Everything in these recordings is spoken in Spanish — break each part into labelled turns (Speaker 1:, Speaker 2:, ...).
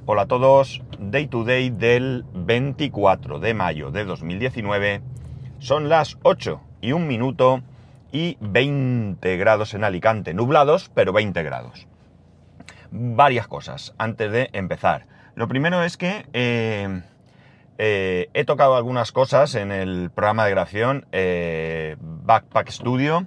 Speaker 1: Hola a todos, Day to Day del 24 de mayo de 2019. Son las 8:01 y 20 grados en Alicante, nublados, pero 20 grados. Varias cosas antes de empezar. Lo primero es que he tocado algunas cosas en el programa de grabación Backpack Studio.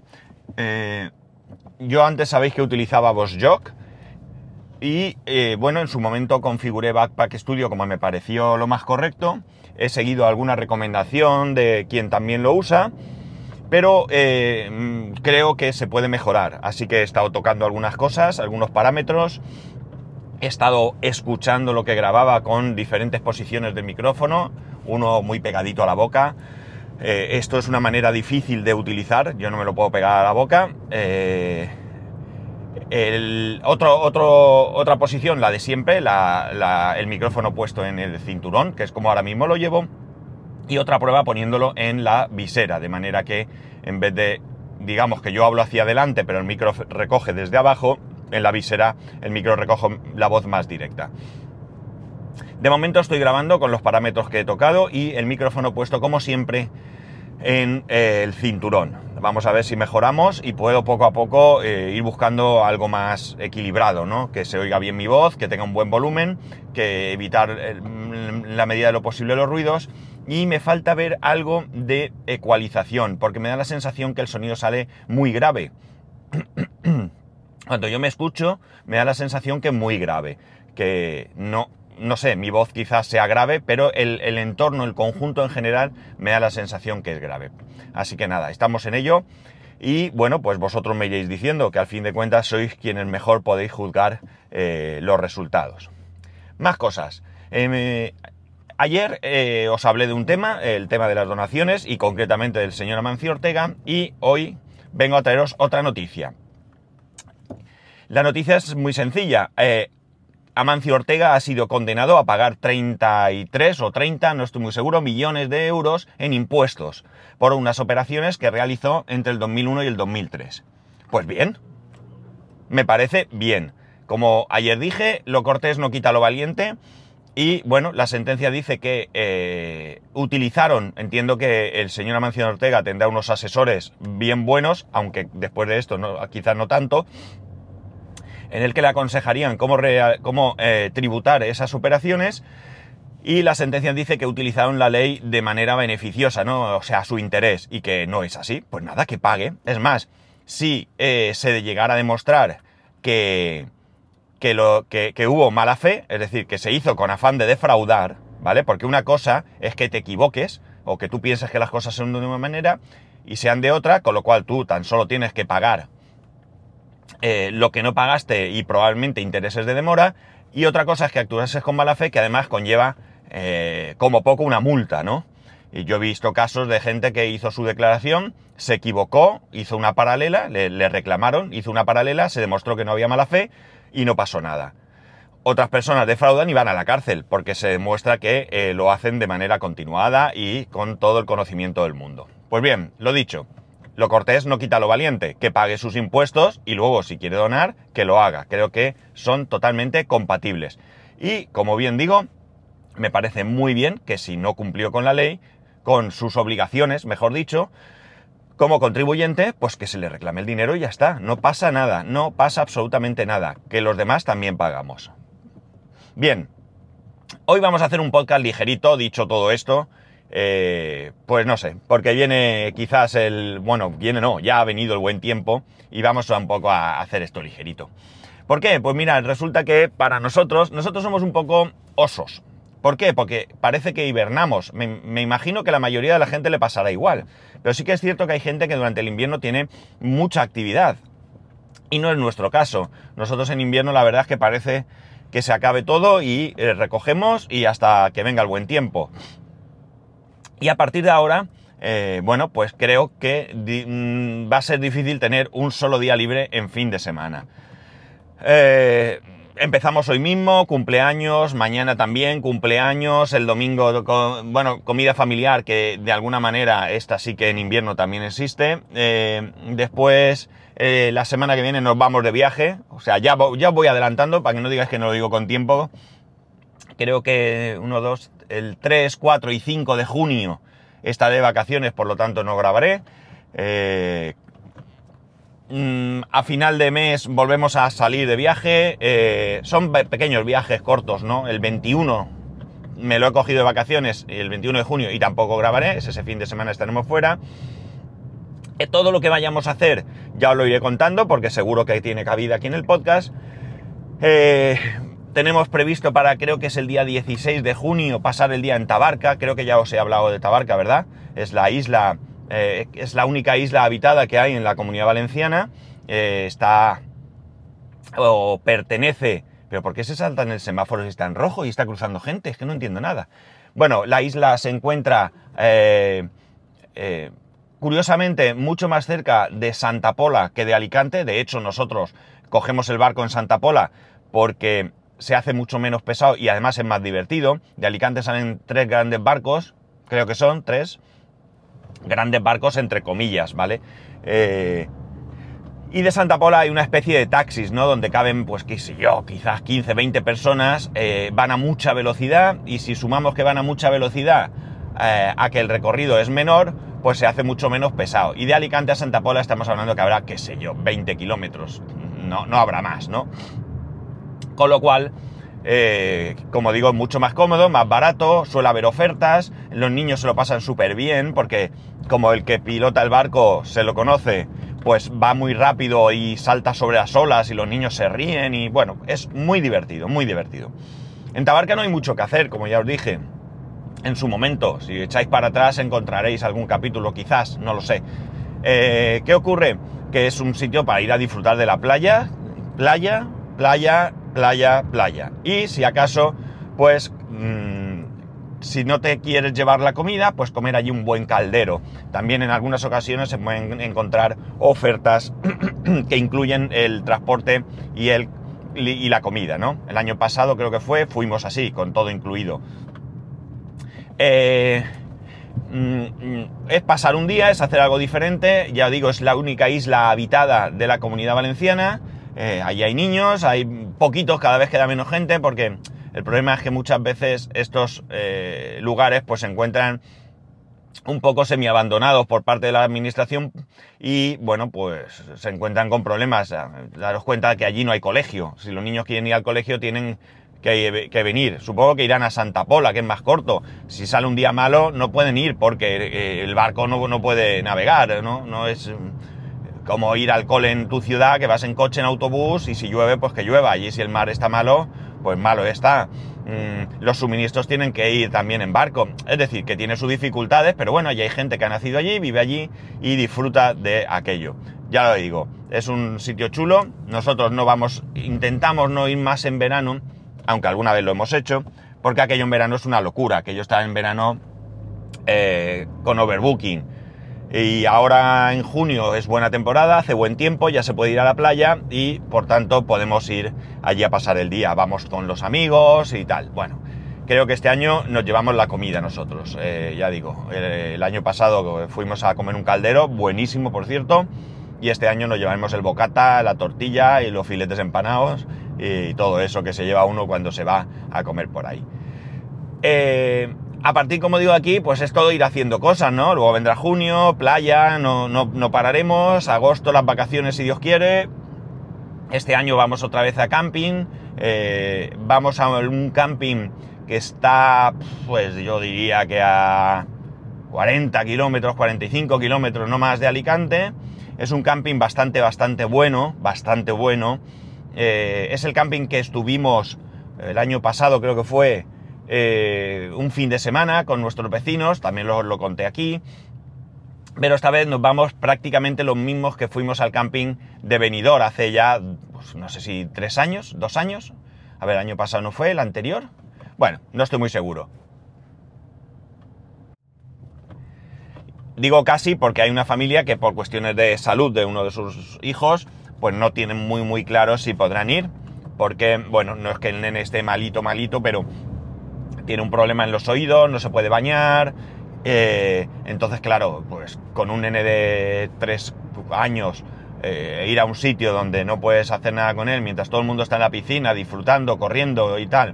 Speaker 1: Yo antes sabéis que utilizaba VoxJock. Y bueno, en su momento configuré Backpack Studio como me pareció lo más correcto. He seguido alguna recomendación de quien también lo usa, pero creo que se puede mejorar. Así que he estado tocando algunas cosas, algunos parámetros. He estado escuchando lo que grababa con diferentes posiciones del micrófono, uno muy pegadito a la boca. Esto es una manera difícil de utilizar, yo no me lo puedo pegar a la boca. Otra posición, la de siempre, el micrófono puesto en el cinturón, que es como ahora mismo lo llevo, y otra prueba poniéndolo en la visera, de manera que en vez de, digamos que yo hablo hacia adelante, pero el micro recoge desde abajo, en la visera el micro recoge la voz más directa. De momento estoy grabando con los parámetros que he tocado y el micrófono puesto como siempre en el cinturón. Vamos a ver si mejoramos y puedo poco a poco ir buscando algo más equilibrado, ¿no? Que se oiga bien mi voz, que tenga un buen volumen, que evitar en la medida de lo posible los ruidos. Y me falta ver algo de ecualización, porque me da la sensación que el sonido sale muy grave. Cuando yo me escucho, me da la sensación que es muy grave, que no sé, mi voz quizás sea grave, pero el entorno, el conjunto en general, me da la sensación que es grave. Así que nada, estamos en ello. Y bueno, pues vosotros me iréis diciendo que al fin de cuentas sois quienes mejor podéis juzgar los resultados. Más cosas. Ayer os hablé de un tema, el tema de las donaciones, y concretamente del señor Amancio Ortega, y hoy vengo a traeros otra noticia. La noticia es muy sencilla. Amancio Ortega ha sido condenado a pagar 33 o 30, no estoy muy seguro, millones de euros en impuestos por unas operaciones que realizó entre el 2001 y el 2003. Pues bien, me parece bien. Como ayer dije, lo cortés no quita lo valiente y bueno, la sentencia dice que utilizaron, entiendo que el señor Amancio Ortega tendrá unos asesores bien buenos, aunque después de esto quizás no tanto, en el que le aconsejarían cómo tributar esas operaciones, y la sentencia dice que utilizaron la ley de manera beneficiosa, ¿no? O sea, a su interés, y que no es así. Pues nada, que pague. Es más, si se llegara a demostrar que hubo mala fe, es decir, que se hizo con afán de defraudar, ¿vale? Porque una cosa es que te equivoques, o que tú pienses que las cosas son de una manera y sean de otra, con lo cual tú tan solo tienes que pagar lo que no pagaste y probablemente intereses de demora, y otra cosa es que actuases con mala fe, que además conlleva como poco una multa, ¿no? Y yo he visto casos de gente que hizo su declaración, se equivocó, hizo una paralela, le reclamaron, hizo una paralela, se demostró que no había mala fe y no pasó nada. Otras personas defraudan y van a la cárcel porque se demuestra que lo hacen de manera continuada y con todo el conocimiento del mundo. Pues bien, lo dicho, lo cortés no quita lo valiente, que pague sus impuestos y luego si quiere donar, que lo haga. Creo que son totalmente compatibles. Y, como bien digo, me parece muy bien que si no cumplió con la ley, con sus obligaciones, mejor dicho, como contribuyente, pues que se le reclame el dinero y ya está. No pasa nada, no pasa absolutamente nada. Que los demás también pagamos. Bien, hoy vamos a hacer un podcast ligerito, dicho todo esto. Pues no sé, porque viene quizás ya ha venido el buen tiempo y vamos un poco a hacer esto ligerito. ¿Por qué? Pues mira, resulta que para nosotros somos un poco osos. ¿Por qué? Porque parece que hibernamos. Me imagino que a la mayoría de la gente le pasará igual. Pero sí que es cierto que hay gente que durante el invierno tiene mucha actividad. Y no es nuestro caso. Nosotros en invierno la verdad es que parece que se acabe todo y recogemos y hasta que venga el buen tiempo. Y a partir de ahora, pues creo que va a ser difícil tener un solo día libre en fin de semana. Empezamos hoy mismo, cumpleaños, mañana también, cumpleaños, el domingo, comida familiar, que de alguna manera esta sí que en invierno también existe. Después, la semana que viene nos vamos de viaje, o sea, ya voy adelantando para que no digáis que no lo digo con tiempo. Creo que el 3, 4 y 5 de junio estaré de vacaciones, por lo tanto no grabaré. A final de mes volvemos a salir de viaje. Son pequeños viajes cortos, ¿no? El 21 me lo he cogido de vacaciones, el 21 de junio, y tampoco grabaré. Ese fin de semana estaremos fuera. Todo lo que vayamos a hacer ya os lo iré contando, porque seguro que tiene cabida aquí en el podcast. Tenemos previsto para, creo que es el día 16 de junio, pasar el día en Tabarca. Creo que ya os he hablado de Tabarca, ¿verdad? Es la isla, es la única isla habitada que hay en la Comunidad Valenciana. Está, o pertenece... ¿Pero por qué se salta en el semáforo si está en rojo y está cruzando gente? Es que no entiendo nada. Bueno, la isla se encuentra, curiosamente, mucho más cerca de Santa Pola que de Alicante. De hecho, nosotros cogemos el barco en Santa Pola porque se hace mucho menos pesado y además es más divertido. De Alicante salen 3 grandes barcos, creo que son 3 grandes barcos entre comillas, ¿vale? Y de Santa Pola hay una especie de taxis, ¿no? Donde caben, pues qué sé yo, quizás 15, 20 personas, van a mucha velocidad, y si sumamos que van a mucha velocidad a que el recorrido es menor, pues se hace mucho menos pesado. Y de Alicante a Santa Pola estamos hablando que habrá, qué sé yo, 20 kilómetros, no habrá más, ¿no? Con lo cual, como digo, mucho más cómodo, más barato, suele haber ofertas, los niños se lo pasan súper bien, porque como el que pilota el barco se lo conoce, pues va muy rápido y salta sobre las olas y los niños se ríen y bueno, es muy divertido, muy divertido. En Tabarca no hay mucho que hacer, como ya os dije en su momento. Si echáis para atrás encontraréis algún capítulo, quizás, no lo sé. ¿Qué ocurre? Que es un sitio para ir a disfrutar de la playa, playa, playa, playa, playa. Y si acaso, pues... si no te quieres llevar la comida, pues comer allí un buen caldero. También en algunas ocasiones se pueden encontrar ofertas que incluyen el transporte y la comida, ¿no? El año pasado creo que fuimos así, con todo incluido. Es pasar un día, es hacer algo diferente. Ya digo, es la única isla habitada de la Comunidad Valenciana. Allí hay niños, hay poquitos, cada vez queda menos gente, porque... el problema es que muchas veces estos lugares pues se encuentran un poco semiabandonados por parte de la administración y, bueno, pues se encuentran con problemas. Daros cuenta que allí no hay colegio. Si los niños quieren ir al colegio tienen que venir. Supongo que irán a Santa Pola, que es más corto. Si sale un día malo no pueden ir porque el barco no puede navegar, ¿no? No es... como ir al cole en tu ciudad, que vas en coche, en autobús, y si llueve, pues que llueva. Allí si el mar está malo, pues malo está. Los suministros tienen que ir también en barco. Es decir, que tiene sus dificultades, pero bueno, ya hay gente que ha nacido allí, vive allí y disfruta de aquello. Ya lo digo, es un sitio chulo. Nosotros intentamos no ir más en verano, aunque alguna vez lo hemos hecho, porque aquello en verano es una locura. Aquello está en verano con overbooking. Y ahora en junio es buena temporada, hace buen tiempo, ya se puede ir a la playa y por tanto podemos ir allí a pasar el día. Vamos con los amigos y tal. Bueno, creo que este año nos llevamos la comida nosotros. Ya digo, el año pasado fuimos a comer un caldero, buenísimo por cierto, y este año nos llevaremos el bocata, la tortilla y los filetes empanados y todo eso que se lleva uno cuando se va a comer por ahí. A partir, como digo aquí, pues es todo ir haciendo cosas, ¿no? Luego vendrá junio, playa, no pararemos, agosto las vacaciones si Dios quiere. Este año vamos otra vez a camping, vamos a un camping que está, pues yo diría que a 40 kilómetros, 45 kilómetros no más de Alicante. Es un camping bastante bueno, es el camping que estuvimos el año pasado, creo que fue, un fin de semana con nuestros vecinos, también lo conté aquí, pero esta vez nos vamos prácticamente los mismos que fuimos al camping de Benidorm hace ya, pues no sé si 3 años, 2 años, a ver, el año pasado no fue, el anterior, bueno, no estoy muy seguro. Digo casi porque hay una familia que por cuestiones de salud de uno de sus hijos, pues no tienen muy claro si podrán ir, porque, bueno, no es que el nene esté malito, pero tiene un problema en los oídos, no se puede bañar, entonces claro, pues con un nene de 3 años ir a un sitio donde no puedes hacer nada con él mientras todo el mundo está en la piscina disfrutando, corriendo y tal,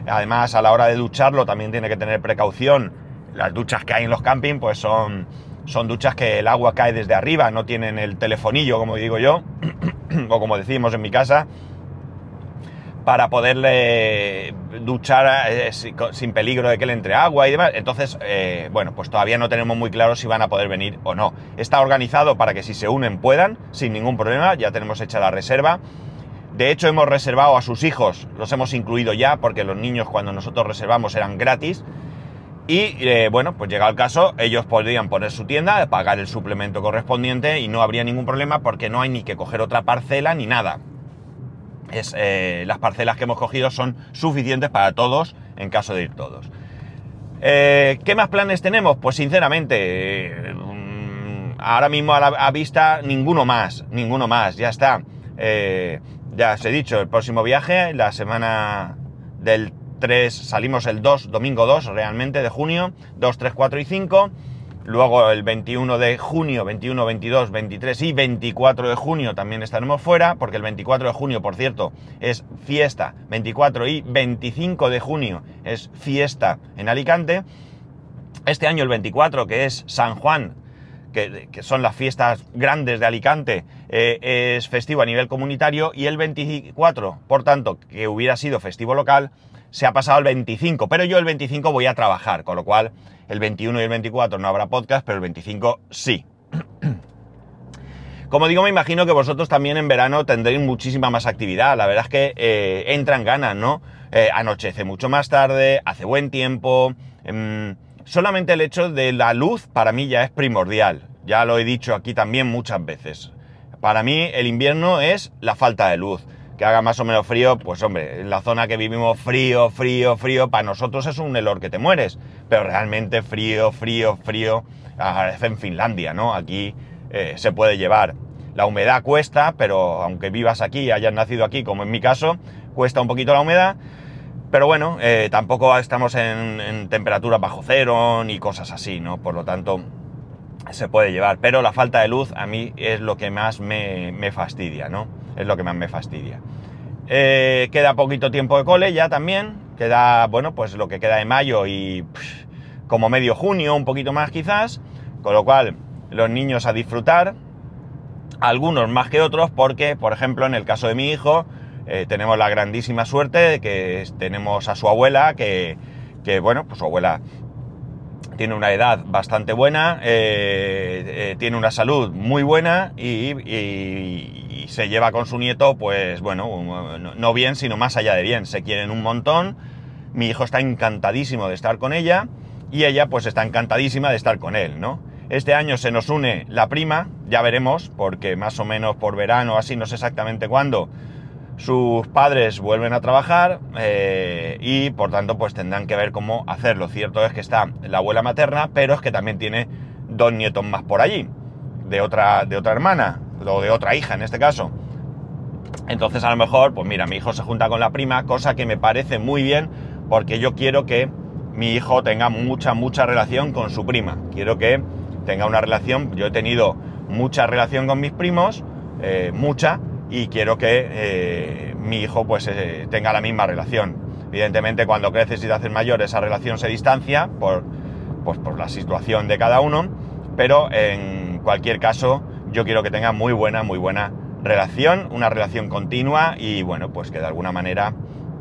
Speaker 1: Además, a la hora de ducharlo también tiene que tener precaución. Las duchas que hay en los camping pues son duchas que el agua cae desde arriba, no tienen el telefonillo, como digo yo, o como decimos en mi casa, para poderle duchar sin peligro de que le entre agua y demás. Entonces, bueno, pues todavía no tenemos muy claro si van a poder venir o no. Está organizado para que si se unen puedan, sin ningún problema, ya tenemos hecha la reserva. De hecho, hemos reservado a sus hijos, los hemos incluido ya, porque los niños cuando nosotros reservamos eran gratis. Y bueno, pues llegado el caso, ellos podrían poner su tienda, pagar el suplemento correspondiente y no habría ningún problema porque no hay ni que coger otra parcela ni nada. Las parcelas que hemos cogido son suficientes para todos en caso de ir todos. ¿Qué más planes tenemos? Pues sinceramente, ahora mismo a vista ninguno más, ya está. Ya os he dicho, el próximo viaje, la semana del 3, salimos el 2, domingo 2 realmente de junio, 2, 3, 4 y 5. Luego el 21 de junio, 21, 22, 23 y 24 de junio también estaremos fuera, porque el 24 de junio, por cierto, es fiesta. 24 y 25 de junio es fiesta en Alicante. Este año el 24, que es San Juan, que son las fiestas grandes de Alicante, es festivo a nivel comunitario, y el 24, por tanto, que hubiera sido festivo local, se ha pasado al 25, pero yo el 25 voy a trabajar, con lo cual el 21 y el 24 no habrá podcast, pero el 25 sí. Como digo, me imagino que vosotros también en verano tendréis muchísima más actividad. La verdad es que entran ganas, ¿no? Anochece mucho más tarde, hace buen tiempo. Solamente el hecho de la luz para mí ya es primordial. Ya lo he dicho aquí también muchas veces. Para mí el invierno es la falta de luz. Que haga más o menos frío, pues hombre, en la zona que vivimos frío, para nosotros es un helor que te mueres, pero realmente frío, es en Finlandia, ¿no? Aquí se puede llevar. La humedad cuesta, pero aunque vivas aquí, hayas nacido aquí, como en mi caso, cuesta un poquito la humedad, pero bueno, tampoco estamos en temperaturas bajo cero ni cosas así, ¿no? Por lo tanto, se puede llevar, pero la falta de luz a mí es lo que más me fastidia, ¿no? Es lo que más me fastidia. Queda poquito tiempo de cole ya también. Queda, bueno, pues lo que queda de mayo y como medio junio, un poquito más quizás. Con lo cual, los niños a disfrutar. Algunos más que otros porque, por ejemplo, en el caso de mi hijo, tenemos la grandísima suerte de que tenemos a su abuela que bueno, pues su abuela tiene una edad bastante buena, tiene una salud muy buena y se lleva con su nieto, pues bueno, no bien, sino más allá de bien. Se quieren un montón, mi hijo está encantadísimo de estar con ella y ella pues está encantadísima de estar con él, ¿no? Este año se nos une la prima, ya veremos, porque más o menos por verano, así no sé exactamente cuándo, sus padres vuelven a trabajar y por tanto pues tendrán que ver cómo hacerlo. Cierto es que está la abuela materna, pero es que también tiene 2 nietos más por allí, de otra hermana, o de otra hija en este caso. Entonces a lo mejor, pues mira, mi hijo se junta con la prima, cosa que me parece muy bien, porque yo quiero que mi hijo tenga mucha relación con su prima. Quiero que tenga una relación, yo he tenido mucha relación con mis primos, mucha, y quiero que mi hijo pues tenga la misma relación. Evidentemente cuando creces y te haces mayor esa relación se distancia por la situación de cada uno, pero en cualquier caso yo quiero que tenga muy buena relación, una relación continua y bueno, pues que de alguna manera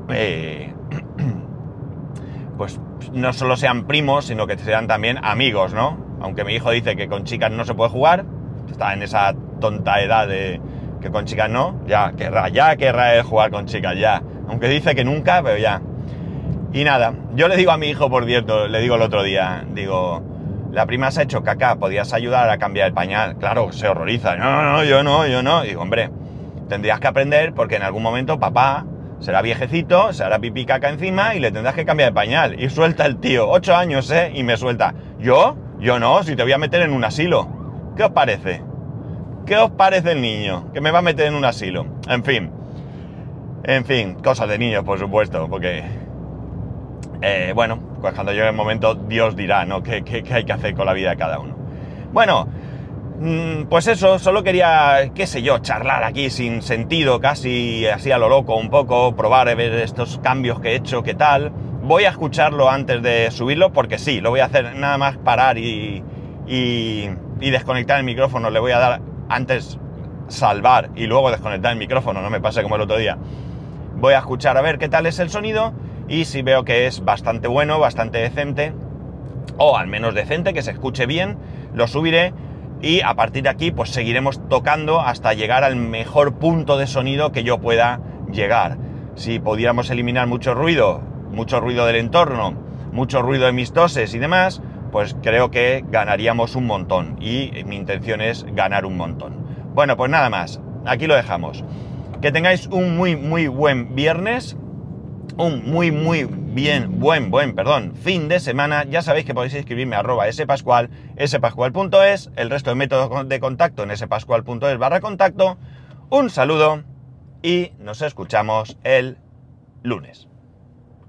Speaker 1: pues no solo sean primos, sino que sean también amigos, ¿no? Aunque mi hijo dice que con chicas no se puede jugar, está en esa tonta edad de que con chicas no, ya querrá él jugar con chicas, ya. Aunque dice que nunca, pero ya. Y nada, yo le digo a mi hijo, por cierto, le digo el otro día, digo, la prima se ha hecho caca, ¿podías ayudar a cambiar el pañal? Claro, se horroriza. No, yo no. Digo, hombre, tendrías que aprender porque en algún momento papá será viejecito, se hará pipí caca encima y le tendrás que cambiar el pañal. Y suelta el tío, 8 años, y me suelta. ¿Yo? Yo no, si te voy a meter en un asilo. ¿Qué os parece? ¿Qué os parece el niño? Que me va a meter en un asilo. En fin, cosas de niños, por supuesto, porque... bueno, pues cuando llegue el momento Dios dirá, ¿no? ¿Qué hay que hacer con la vida de cada uno? Bueno, Pues eso, solo quería, qué sé yo, charlar aquí sin sentido, casi así a lo loco un poco, probar, ver estos cambios que he hecho, qué tal. Voy a escucharlo antes de subirlo, porque sí, lo voy a hacer nada más parar y desconectar el micrófono. Le voy a dar antes salvar y luego desconectar el micrófono, no me pase como el otro día. Voy a escuchar a ver qué tal es el sonido y si veo que es bastante bueno, bastante decente, o al menos decente, que se escuche bien, lo subiré y a partir de aquí pues seguiremos tocando hasta llegar al mejor punto de sonido que yo pueda llegar. Si pudiéramos eliminar mucho ruido del entorno, mucho ruido de mis toses y demás, pues creo que ganaríamos un montón y mi intención es ganar un montón. Bueno, pues nada más, aquí lo dejamos. Que tengáis un muy buen viernes, un buen fin de semana. Ya sabéis que podéis escribirme a @spascual, spascual.es, el resto de métodos de contacto en spascual.es/contacto. Un saludo y nos escuchamos el lunes.